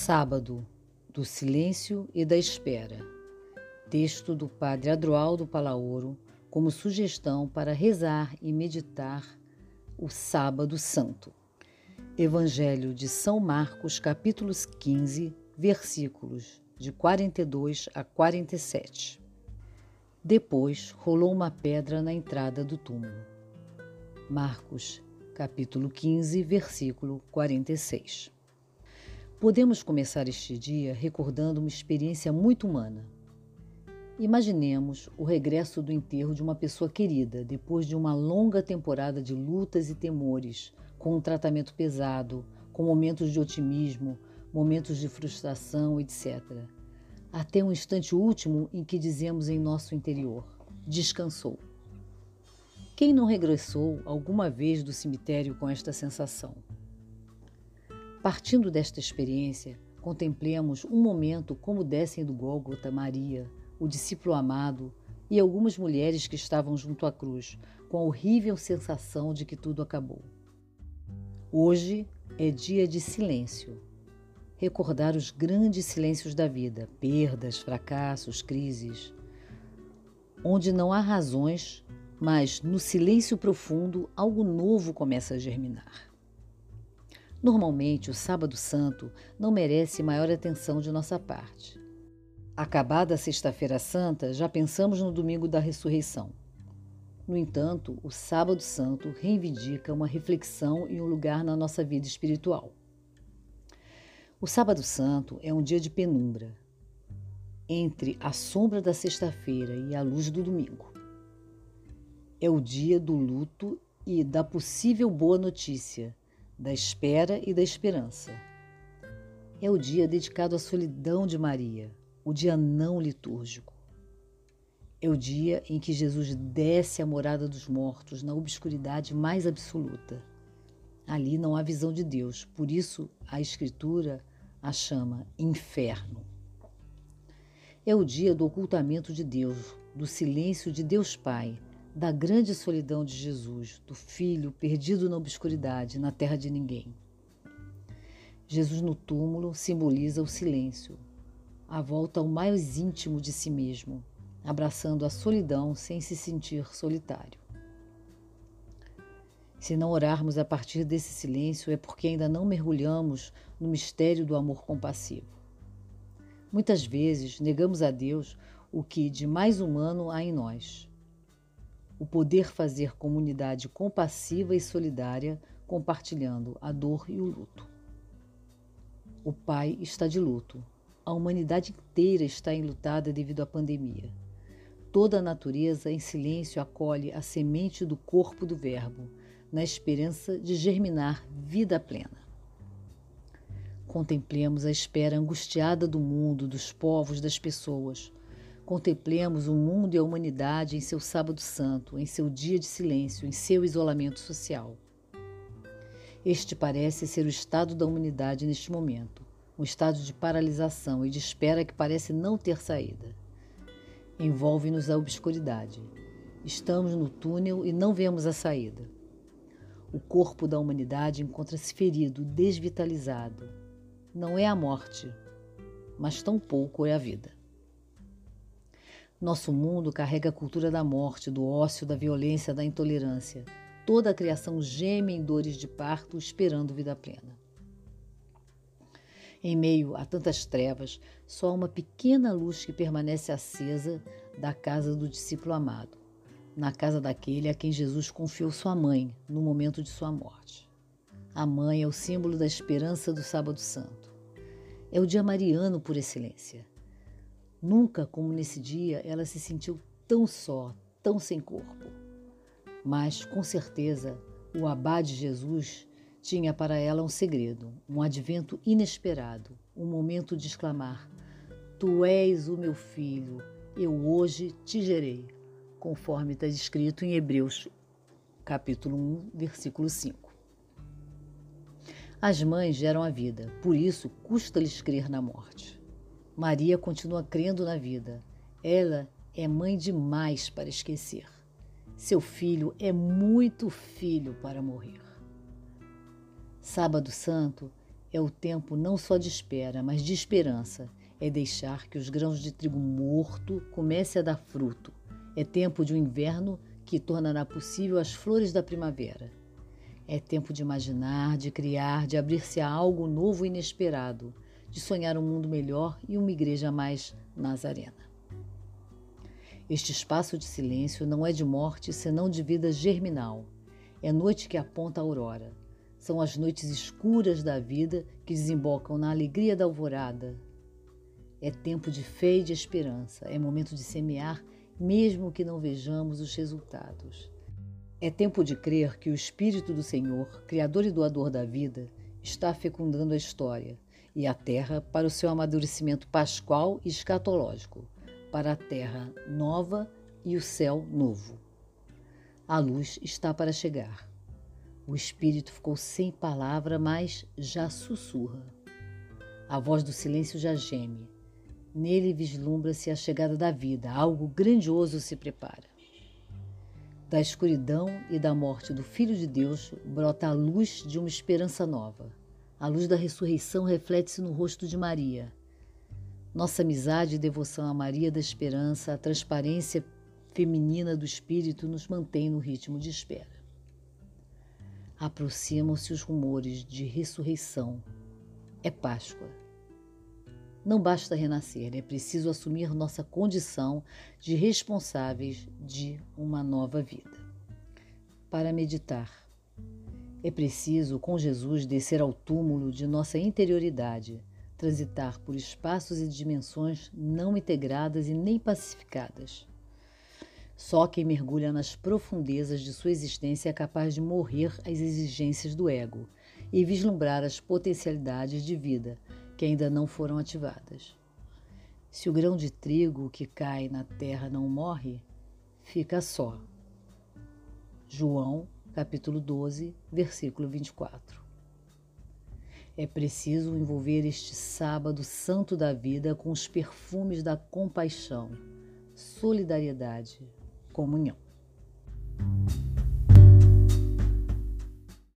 Sábado, do silêncio e da espera. Texto do Padre Adroaldo Palaoro, como sugestão para rezar e meditar o Sábado Santo. Evangelho de São Marcos, capítulos 15, versículos de 42 a 47. Depois rolou uma pedra na entrada do túmulo. Marcos, capítulo 15, versículo 46. Podemos começar este dia recordando uma experiência muito humana. Imaginemos o regresso do enterro de uma pessoa querida, depois de uma longa temporada de lutas e temores, com um tratamento pesado, com momentos de otimismo, momentos de frustração, etc. Até um instante último em que dizemos em nosso interior: descansou. Quem não regressou alguma vez do cemitério com esta sensação? Partindo desta experiência, contemplemos um momento como descem do Gólgota Maria, o discípulo amado, e algumas mulheres que estavam junto à cruz, com a horrível sensação de que tudo acabou. Hoje é dia de silêncio. Recordar os grandes silêncios da vida, perdas, fracassos, crises, onde não há razões, mas no silêncio profundo algo novo começa a germinar. Normalmente, o Sábado Santo não merece maior atenção de nossa parte. Acabada a Sexta-feira Santa, já pensamos no domingo da ressurreição. No entanto, o Sábado Santo reivindica uma reflexão e um lugar na nossa vida espiritual. O Sábado Santo é um dia de penumbra, entre a sombra da sexta-feira e a luz do domingo. É o dia do luto e da possível boa notícia, da espera e da esperança. É o dia dedicado à solidão de Maria, o dia não litúrgico. É o dia em que Jesus desce à morada dos mortos na obscuridade mais absoluta. Ali não há visão de Deus, por isso a Escritura a chama inferno. É o dia do ocultamento de Deus, do silêncio de Deus Pai, da grande solidão de Jesus, do Filho perdido na obscuridade, na terra de ninguém. Jesus no túmulo simboliza o silêncio, a volta ao mais íntimo de si mesmo, abraçando a solidão sem se sentir solitário. Se não orarmos a partir desse silêncio, é porque ainda não mergulhamos no mistério do amor compassivo. Muitas vezes negamos a Deus o que de mais humano há em nós: o poder fazer comunidade compassiva e solidária, compartilhando a dor e o luto. O Pai está de luto. A humanidade inteira está enlutada devido à pandemia. Toda a natureza em silêncio acolhe a semente do corpo do Verbo, na esperança de germinar vida plena. Contemplemos a espera angustiada do mundo, dos povos, das pessoas. Contemplemos o mundo e a humanidade em seu Sábado Santo, em seu dia de silêncio, em seu isolamento social. Este parece ser o estado da humanidade neste momento, um estado de paralisação e de espera que parece não ter saída. Envolve-nos a obscuridade. Estamos no túnel e não vemos a saída. O corpo da humanidade encontra-se ferido, desvitalizado. Não é a morte, mas tampouco é a vida. Nosso mundo carrega a cultura da morte, do ócio, da violência, da intolerância. Toda a criação geme em dores de parto, esperando vida plena. Em meio a tantas trevas, só há uma pequena luz que permanece acesa da casa do discípulo amado, na casa daquele a quem Jesus confiou sua mãe no momento de sua morte. A mãe é o símbolo da esperança do Sábado Santo. É o dia mariano por excelência. Nunca como nesse dia ela se sentiu tão só, tão sem corpo. Mas, com certeza, o abade Jesus tinha para ela um segredo, um advento inesperado, um momento de exclamar: Tu és o meu filho, eu hoje te gerei, conforme está escrito em Hebreus, capítulo 1, versículo 5. As mães geram a vida, por isso custa-lhes crer na morte. Maria continua crendo na vida. Ela é mãe demais para esquecer. Seu filho é muito filho para morrer. Sábado Santo É o tempo não só de espera, mas de esperança. É deixar que os grãos de trigo morto comecem a dar fruto. É tempo de um inverno que tornará possível as flores da primavera. É tempo de imaginar, de criar, de abrir-se a algo novo e inesperado, de sonhar um mundo melhor e uma igreja mais nazarena. Este espaço de silêncio não é de morte, senão de vida germinal. É noite que aponta a aurora. São as noites escuras da vida que desembocam na alegria da alvorada. É tempo de fé e de esperança. É momento de semear, mesmo que não vejamos os resultados. É tempo de crer que o Espírito do Senhor, Criador e doador da vida, está fecundando a história e a terra para o seu amadurecimento pascual e escatológico, para a terra nova e o céu novo. A luz está para chegar. O Espírito ficou sem palavra, mas já sussurra. A voz do silêncio já geme. Nele vislumbra-se a chegada da vida, algo grandioso se prepara. Da escuridão e da morte do Filho de Deus brota a luz de uma esperança nova. A luz da ressurreição reflete-se no rosto de Maria. Nossa amizade e devoção a Maria da Esperança, a transparência feminina do Espírito nos mantém no ritmo de espera. Aproximam-se os rumores de ressurreição. É Páscoa. Não basta renascer, é preciso assumir nossa condição de responsáveis de uma nova vida. Para meditar, é preciso, com Jesus, descer ao túmulo de nossa interioridade, transitar por espaços e dimensões não integradas e nem pacificadas. Só quem mergulha nas profundezas de sua existência é capaz de morrer às exigências do ego e vislumbrar as potencialidades de vida que ainda não foram ativadas. Se o grão de trigo que cai na terra não morre, fica só. João, capítulo 12, versículo 24. É preciso envolver este sábado santo da vida com os perfumes da compaixão, solidariedade, comunhão.